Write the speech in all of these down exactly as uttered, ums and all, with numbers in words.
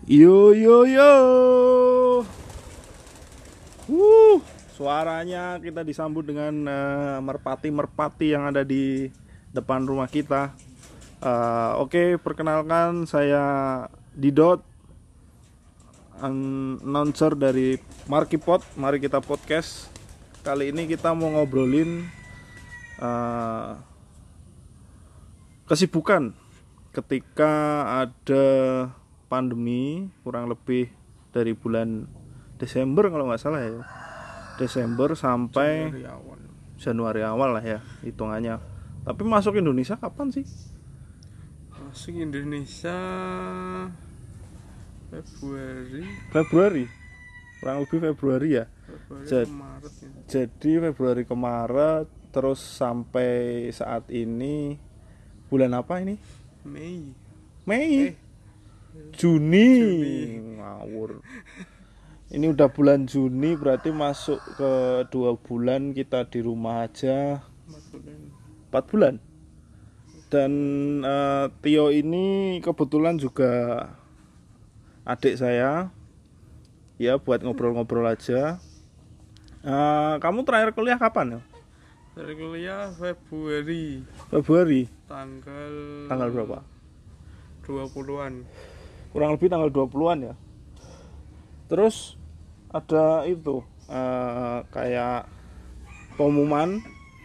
Yo yo yo. Wuh, suaranya kita disambut dengan uh, merpati-merpati yang ada di depan rumah kita. Uh, Oke, okay, perkenalkan saya Didot, announcer dari Markipod. Mari kita podcast. Kali ini kita mau ngobrolin uh, kesibukan ketika ada pandemi, kurang lebih dari bulan Desember kalau nggak salah ya, Desember sampai Januari awal. Januari awal lah ya hitungannya. Tapi masuk Indonesia kapan sih? Masuk Indonesia Februari. Februari, kurang lebih Februari ya. Februari Jad, ke Maret ya. Jadi Februari ke Maret, terus sampai saat ini bulan apa ini? Mei. Mei. Eh. Juni. Juni. Ngawur. Ini udah bulan Juni, berarti masuk ke dua bulan kita di rumah aja. Empat bulan. Empat bulan. Dan uh, Tio ini kebetulan juga adik saya. Ya, buat ngobrol-ngobrol aja. Uh, kamu terakhir kuliah kapan ya? Dari kuliah Februari. Februari. Tanggal Tanggal berapa? dua puluhan. Kurang lebih tanggal dua puluhan ya. Terus ada itu uh, kayak pengumuman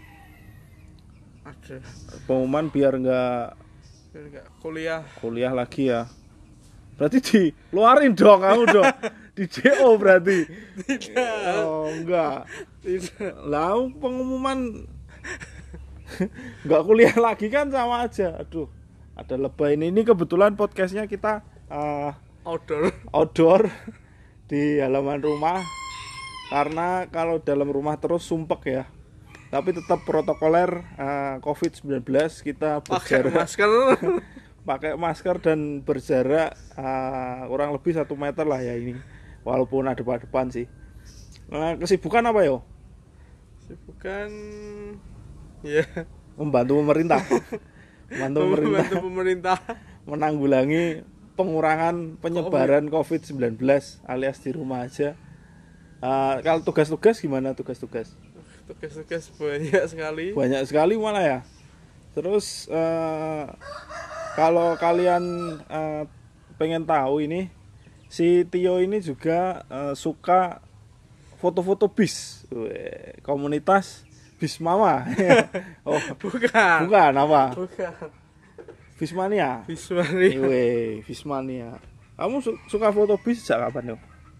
Ada. pengumuman biar nggak Biar nggak kuliah. kuliah lagi ya. Berarti dikeluarin dong kamu dong. Di J O berarti. Tidak. Oh enggak. Tidak. Lah pengumuman nggak kuliah lagi kan sama aja. Aduh, ada lebay ini. Ini kebetulan podcastnya kita uh, Outdoor. outdoor di halaman rumah, karena kalau dalam rumah terus sumpek ya. Tapi tetap protokoler uh, covid sembilan belas, kita Pakai berjarak masker. pakai masker dan berjarak uh, kurang lebih satu meter lah ya ini, walaupun ada depan-depan sih. Nah, kesibukan apa yo? Sibukan ya Membantu pemerintah. Membantu pemerintah membantu pemerintah menanggulangi pengurangan penyebaran covid sembilan belas alias di rumah aja. Uh, kalau tugas-tugas gimana tugas-tugas? tugas-tugas banyak sekali. Banyak sekali malah ya. Terus uh, kalau kalian uh, pengen tahu ini, si Tio ini juga uh, suka foto-foto bis. Weh, komunitas bis mama. Oh, Bukan. bukan apa? Bukan. Bismania. Bismania. Weh, Bismania. Kamu su- suka foto bis sejak kapan, yo?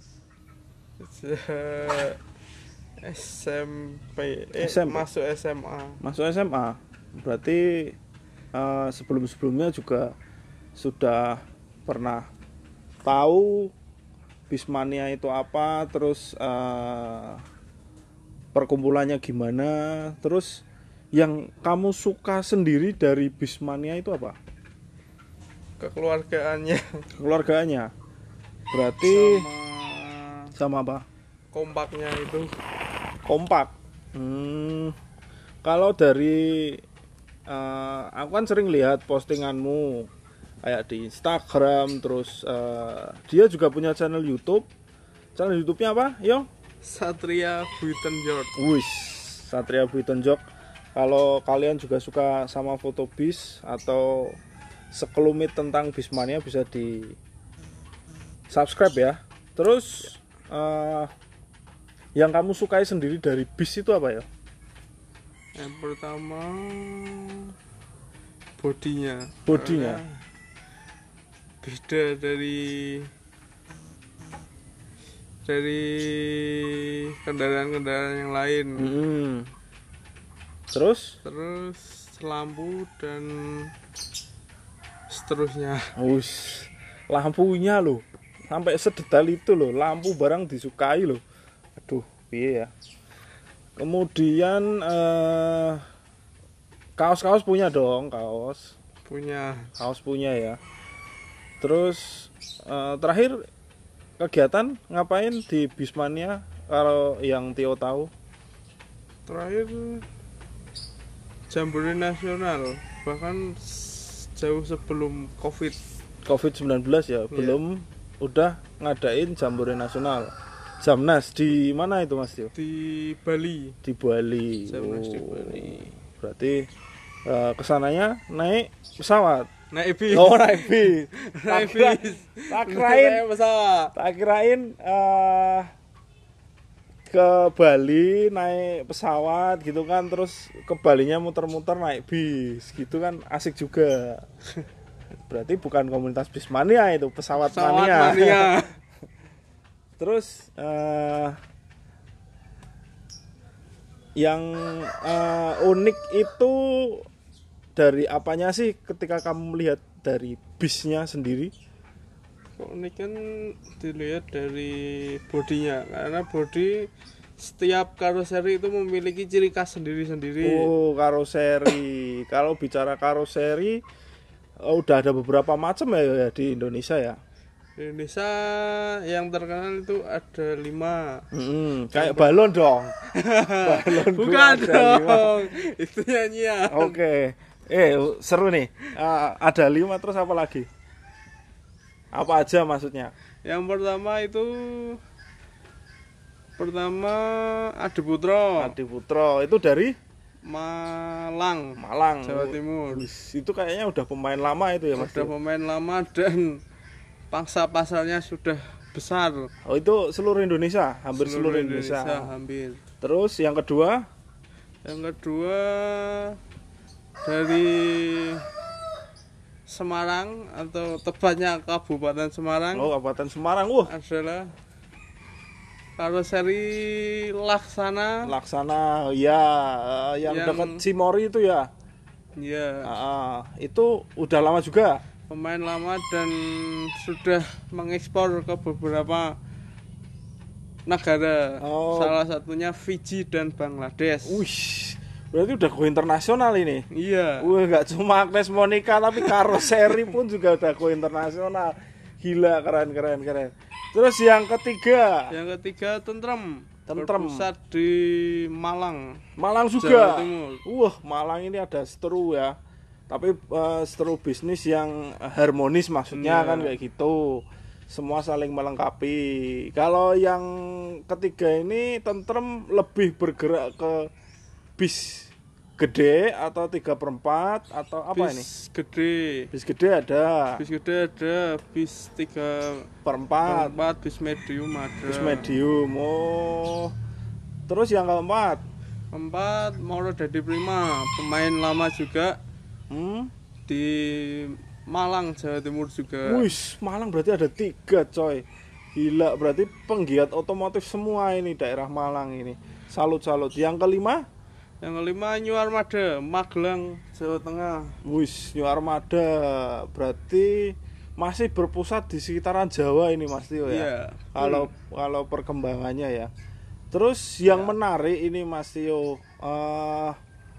Sejak S M P eh, S M P. masuk S M A. Masuk S M A. Berarti uh, sebelum-sebelumnya juga sudah pernah tahu Bismania itu apa, terus uh, perkumpulannya gimana, terus yang kamu suka sendiri dari Bismania itu apa? Kekeluargaannya. Keluarganya. Berarti sama, sama apa? kompaknya itu. Kompak. Hmm, kalau dari uh, aku kan sering lihat postinganmu kayak di Instagram, terus uh, dia juga punya channel YouTube. Channel YouTube-nya apa, yo? Satria Buitenjord. Wis, Satria Buitenjord. Kalau kalian juga suka sama foto bis atau sekelumit tentang Bismania, bisa di subscribe ya. Terus uh, yang kamu sukai sendiri dari bis itu apa ya? Yang pertama bodinya. Bodinya. Karena beda dari dari kendaraan-kendaraan yang lain. Hmm. Terus? Terus lampu dan seterusnya. Us, lampunya loh, sampai sedetail itu loh, lampu barang disukai loh. Aduh, piye ya. Kemudian eh, kaos-kaos punya dong, kaos. Punya. Kaos punya ya. Terus eh, terakhir kegiatan ngapain di Bismania kalau yang Tio tahu? Terakhir Jambore nasional, bahkan jauh sebelum Covid. covid sembilan belas ya, belum udah ngadain Jambore Nasional. Jamnas di mana itu Mas Tio? Di Bali. Di Bali. Jamnas Oh, di Bali. Berarti uh, kesananya naik pesawat. Naik bis. Oh, naik bis. Naik Tak kira- bis. Tak kirain, Naik pesawat. tak kirain uh, ke Bali naik pesawat gitu kan, terus ke Balinya muter-muter naik bis gitu kan, asik juga. Berarti bukan komunitas bis mania itu, pesawat, Pesawat mania. mania. Terus uh, yang uh, unik itu dari apanya sih ketika kamu melihat dari bisnya sendiri? Kok ini kan dilihat dari bodinya, karena body setiap karoseri itu memiliki ciri khas sendiri-sendiri. Oh, karoseri. Kalau bicara karoseri, oh, udah ada beberapa macam ya, ya di Indonesia ya. Di Indonesia yang terkenal itu ada lima. Hmm, kayak balon dong. Balon gua Bukan ada lima. dong, itu nyanyian. Oke. Eh, seru nih. Ah, ada lima, terus apa lagi? Apa aja maksudnya? Yang pertama itu pertama Adi Putro, Adi Putro itu dari Malang, Malang, Jawa Timur. Wis, itu kayaknya udah pemain lama itu ya Mas. Sudah pemain lama dan pangsa pasarnya sudah besar. Oh, itu seluruh Indonesia, hampir seluruh, Indonesia. hampir. Terus yang kedua, Yang kedua dari Semarang atau tepatnya Kabupaten Semarang oh Kabupaten Semarang, wah, adalah karoseri Laksana. Laksana, ya, eh, yang, Yang- dekat Cimori itu ya. Ya, Ah, ah, itu udah lama juga. pemain lama dan sudah mengekspor ke beberapa negara. Oh. Salah satunya Fiji dan Bangladesh. Wih, berarti udah go internasional ini. Iya. Wah, nggak cuma Agnes Monica tapi karoseri pun juga udah go internasional. Gila, keren keren keren. Terus yang ketiga, Yang ketiga Tentrem. Tentrem. Berpusat di Malang. Malang Jawa juga. Timur. Wah, Malang ini ada seteru ya. Tapi eh, seteru bisnis yang harmonis maksudnya Iya. kan kayak gitu. Semua saling melengkapi. Kalau yang ketiga ini Tentrem lebih bergerak ke bis gede atau tiga per empat atau apa ini? Bis gede. Bis gede ada, Bis gede ada, bis tiga per empat, empat, bis medium ada. bis medium. Oh. Terus yang keempat, Empat Mauro Dadi Prima, pemain lama juga hmm? di Malang, Jawa Timur juga. Wih, Malang berarti ada tiga coy. Gila, berarti penggiat otomotif semua ini daerah Malang ini. Salut-salut. Yang kelima, Yang kelima New Armada, Magelang, Jawa Tengah. wis New Armada berarti masih berpusat di sekitaran Jawa ini Mas Tio ya. Iya. Kalau kalau perkembangannya ya. Terus yang menarik ini Mas Tio, eh,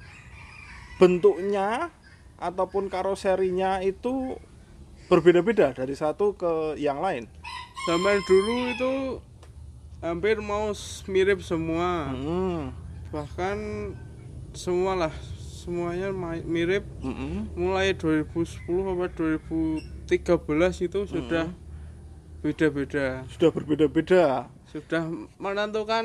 bentuknya ataupun karoserinya itu berbeda-beda dari satu ke yang lain. Zaman dulu itu hampir mau s- mirip semua. Hmm. Bahkan semua lah, semuanya ma- mirip. Mm-mm. Mulai dua ribu sepuluh sampai dua ribu tiga belas itu sudah beda-beda. Sudah berbeda-beda. Sudah menentukan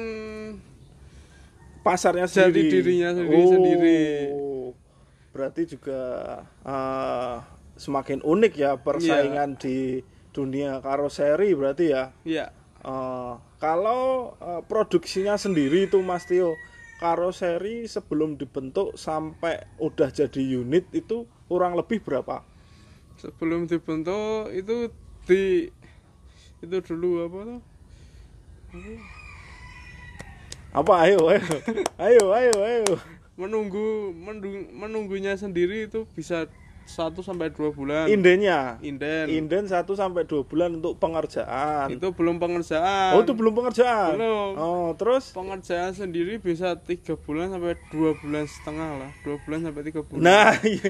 Pasarnya Jadi sendiri. dirinya sendiri-sendiri. Oh, berarti juga eh, semakin unik ya persaingan di dunia karoseri berarti ya. ya Eh, kalau eh, produksinya sendiri itu Mas Tio, karoseri sebelum dibentuk sampai udah jadi unit itu kurang lebih berapa? sebelum dibentuk itu di itu dulu apa tuh? Apa ayo ayo ayo ayo ayo. Menunggu menung- menunggunya sendiri itu bisa satu sampai dua bulan. Indennya. Inden. Inden satu sampai dua bulan untuk pengerjaan. Itu belum pengerjaan. Oh, itu belum pengerjaan. Belum. Oh, terus Pengerjaan sendiri bisa tiga bulan sampai dua bulan setengah lah, dua bulan sampai tiga bulan. nah, iya.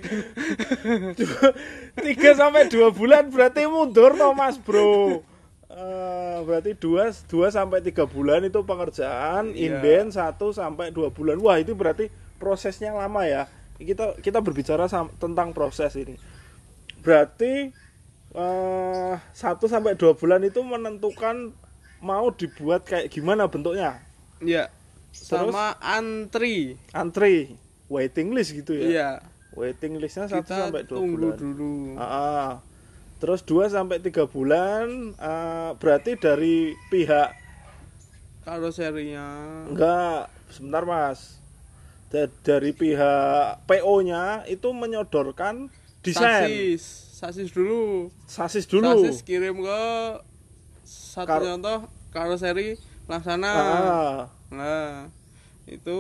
tiga sampai dua bulan berarti mundur toh Mas Bro. Eh, berarti dua dua sampai tiga bulan itu pengerjaan, Iya. inden satu sampai dua bulan. Wah, itu berarti prosesnya lama ya. Kita kita berbicara sam- tentang proses ini. Berarti uh, satu sampai dua bulan itu menentukan mau dibuat kayak gimana bentuknya. Iya. Sama antri. Antri, waiting list gitu ya. Iya. Waiting listnya satu sampai dua tunggu bulan. dulu. Uh, terus dua sampai tiga bulan, uh, berarti dari pihak karoserinya. Enggak, sebentar Mas. Da- dari pihak P O-nya itu menyodorkan desain. Sasis, sasis dulu. Sasis dulu. Sasis kirim ke satu Kar- contoh karoseri Laksana. Ah, Nah, itu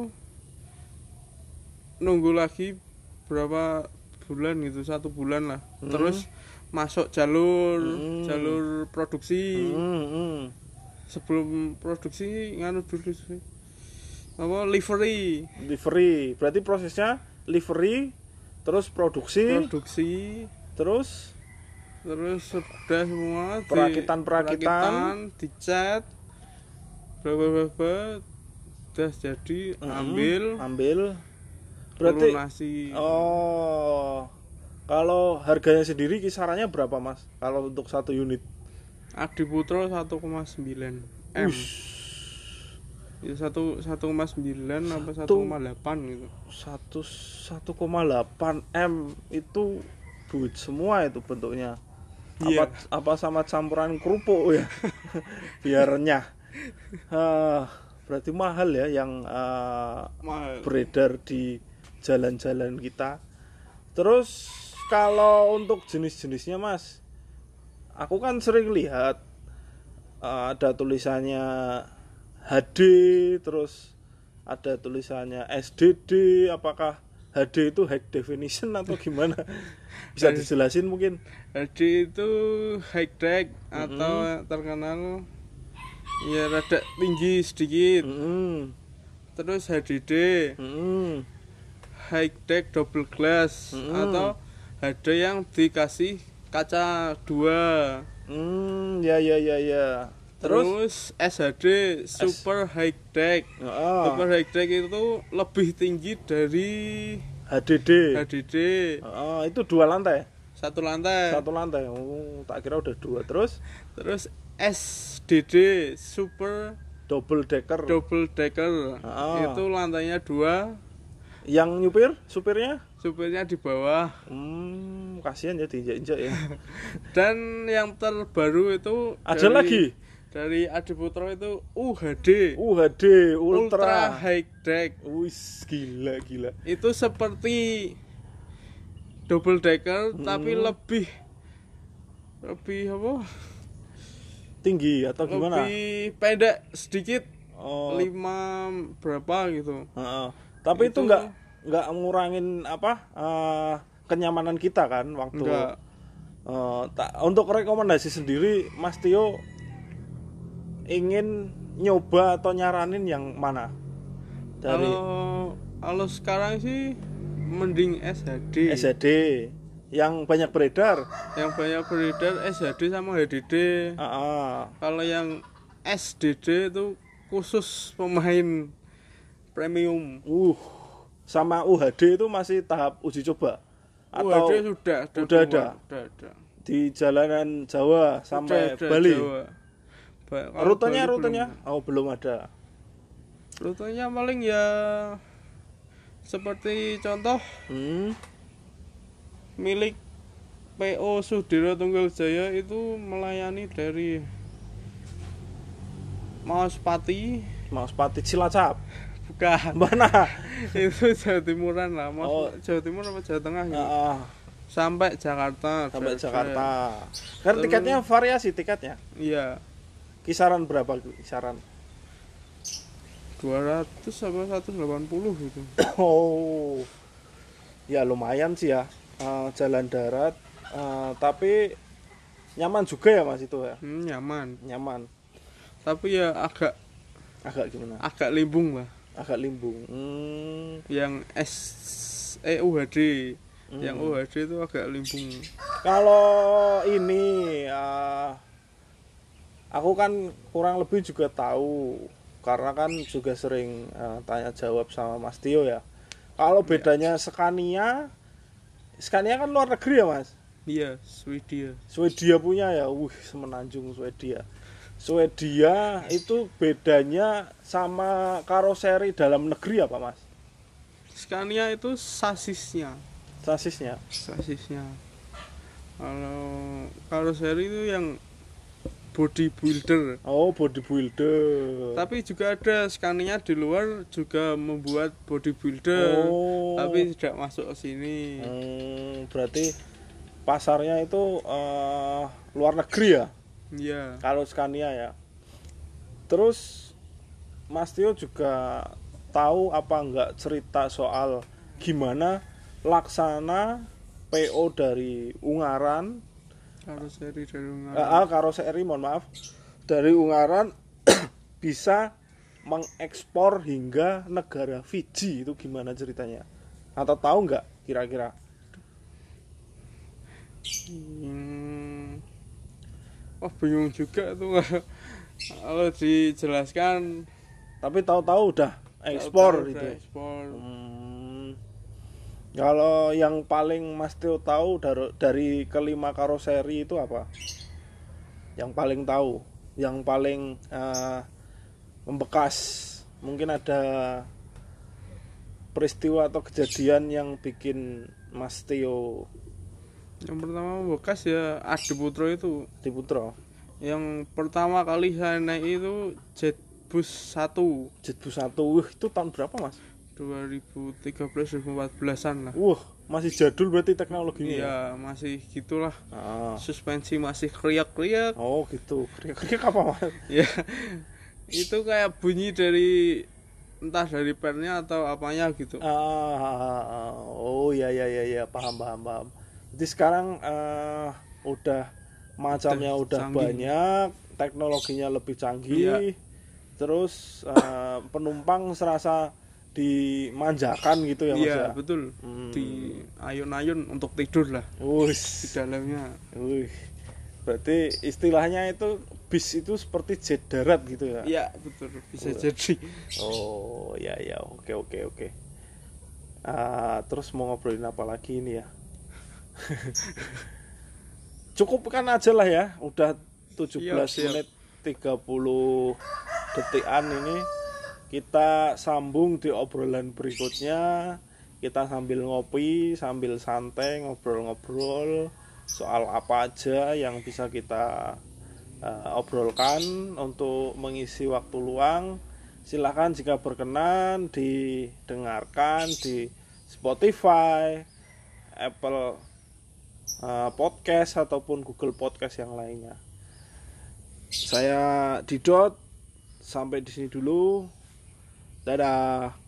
nunggu lagi berapa bulan gitu, satu bulan lah. Hmm. Terus masuk jalur Hmm. jalur produksi. hmm, hmm. Sebelum produksi nganu dulu sih. Apa livery. Livery. Berarti prosesnya livery, terus produksi, Produksi, terus terus sudah semua di- Perakitan-perakitan. perakitan, dicat, berapa udah jadi, hmm, ambil, ambil. Berarti lunasi. oh, kalau harganya sendiri kisarannya berapa Mas? Kalau untuk satu unit? Adiputro satu koma sembilan M. Ush. Ya satu satu koma sembilan apa Satu- satu koma delapan gitu. satu satu koma delapan M itu duit semua itu bentuknya. Iya. Apa apa sama campuran kerupuk ya. Biar renyah. Ah, berarti mahal ya yang ah, Mahal. beredar di jalan-jalan kita. Terus kalau untuk jenis-jenisnya Mas, aku kan sering lihat ah, ada tulisannya H D, terus ada tulisannya S D D. Apakah H D itu high definition atau gimana? Bisa dijelasin mungkin? Jadi itu high tech atau terkenal ya rada tinggi sedikit. Mm-hmm. Terus H D D, Mm-hmm. high tech double glass Mm-hmm. atau H D yang dikasih kaca dua. Hmm, ya ya ya ya. Terus, Terus S H D super high tech. ah, Super high tech itu lebih tinggi dari H D D. H D D. Ah, itu dua lantai. Satu lantai. Satu lantai. Oh, tak kira udah dua. Terus Terus S D D super double decker. double decker. Ah. Itu lantainya dua, Yang nyupir, supirnya? supirnya di bawah. Hmm, kasihan ya diinjak-injak ya. Dan yang terbaru itu Ada dari- lagi? Dari Adiputro itu U H D, U H D ultra Ultra. high tech. Wis gila gila. Itu seperti double decker Hmm. tapi lebih lebih apa? Tinggi atau gimana? Lebih pendek sedikit. Oh, Lima berapa gitu. heeh. Tapi itu Itu- enggak enggak ngurangin apa? eh, kenyamanan kita kan waktu Enggak. eh, tak, untuk rekomendasi sendiri Mas Tio ingin nyoba atau nyaranin yang mana? Dari Kalau kalau sekarang sih mending S H D. S H D yang banyak beredar. Yang banyak beredar S H D sama H D D. Ah, Kalau yang S D D itu khusus pemain premium. uh, sama U H D itu masih tahap uji coba U atau H D sudah, udah keluar. ada? Udah ada. di jalanan Jawa sampai Udah ada Bali. Jawa. Ba- kalau Rutenya Bali rutenya belum. oh belum ada. Rutenya paling ya seperti contoh Hmm. milik P O Sudiro Tunggal Jaya itu melayani dari Maospati, Maospati Cilacap. bukan Mana? itu Jawa Timuran lah, Maos Oh. Jawa Timur apa Jawa Tengah gitu. Ah, Sampai Jakarta. sampai Driver. Jakarta. Kan Terus- tiketnya variasi tiketnya. Iya, Kisaran berapa kisaran? dua ratus apa seratus delapan puluh gitu. Oh. Ya lumayan sih ya. Eh, jalan darat eh, tapi nyaman juga ya Mas itu ya. Hmm, nyaman. Nyaman. Tapi ya agak Agak gimana? agak limbung lah. Agak limbung. Hmm. Yang S eh U H D. Hmm. Yang U H D itu agak limbung. Kalau ini eh, aku kan kurang lebih juga tahu karena kan juga sering eh, tanya jawab sama Mas Tio ya. Kalau bedanya Scania, Scania kan luar negeri ya Mas. Iya, Swedia. Swedia punya ya, wih semenanjung Swedia. Swedia itu bedanya sama karoseri dalam negeri apa mas? Scania itu sasisnya, Sasisnya? sasisnya. Kalau karoseri itu yang bodybuilder. Oh bodybuilder. Tapi juga ada Scania di luar juga membuat bodybuilder. Oh. Tapi tidak masuk ke sini. Hmm, berarti pasarnya itu uh, luar negeri ya? Iya. Kalau Scania ya. Terus Mas Tio juga tahu apa enggak cerita soal gimana laksana P O dari Ungaran, Karoseri dari Ungaran. ah karoseri mohon maaf, dari Ungaran bisa mengekspor hingga negara Fiji, itu gimana ceritanya? Atau tahu nggak kira-kira? Hmm. Oh bingung juga tuh kalau dijelaskan. Tapi tahu-tahu udah ekspor Tahu-tahu gitu. udah ekspor. Hmm. Kalau yang paling Mas Tio tahu dari, dari kelima karoseri itu apa? Yang paling tahu, yang paling uh, membekas. Mungkin ada peristiwa atau kejadian yang bikin Mas Tio. Yang pertama bekas ya Adi Putro itu. Adi Putro. Yang pertama kali saya naik itu Jetbus satu. Jetbus satu, wih itu tahun berapa mas? dua ribu tiga belas dua ribu empat belasan lah. Wah masih jadul berarti teknologinya. Iya masih gitulah. Ah. Suspensi masih kriak-kriak. Oh gitu, kriak-kriak apa mas? Ya itu kayak bunyi dari entah dari pennya atau apanya gitu. Ah, oh ya ya ya ya paham paham paham. Jadi sekarang uh, udah macamnya udah, udah banyak, teknologinya lebih canggih. Iya. Terus uh, penumpang serasa dimanjakan gitu ya mas iya, ya. Betul. Hmm. Di ayun-ayun untuk tidur lah. Uish. Di dalamnya. Wih. Berarti istilahnya itu bis itu seperti jet darat gitu ya? Iya betul bisa oh. jadi. Oh ya ya oke oke oke. Uh, terus mau ngobrolin apa lagi ini ya? Cukup kan aja lah ya, udah tujuh belas menit tiga puluh detikan ini. Kita sambung di obrolan berikutnya. Kita sambil ngopi, sambil santai, ngobrol-ngobrol soal apa aja yang bisa kita uh, obrolkan untuk mengisi waktu luang. Silahkan jika berkenan didengarkan di Spotify, Apple uh, Podcast ataupun Google Podcast yang lainnya. Saya Didot, sampai di sini dulu. Dadah.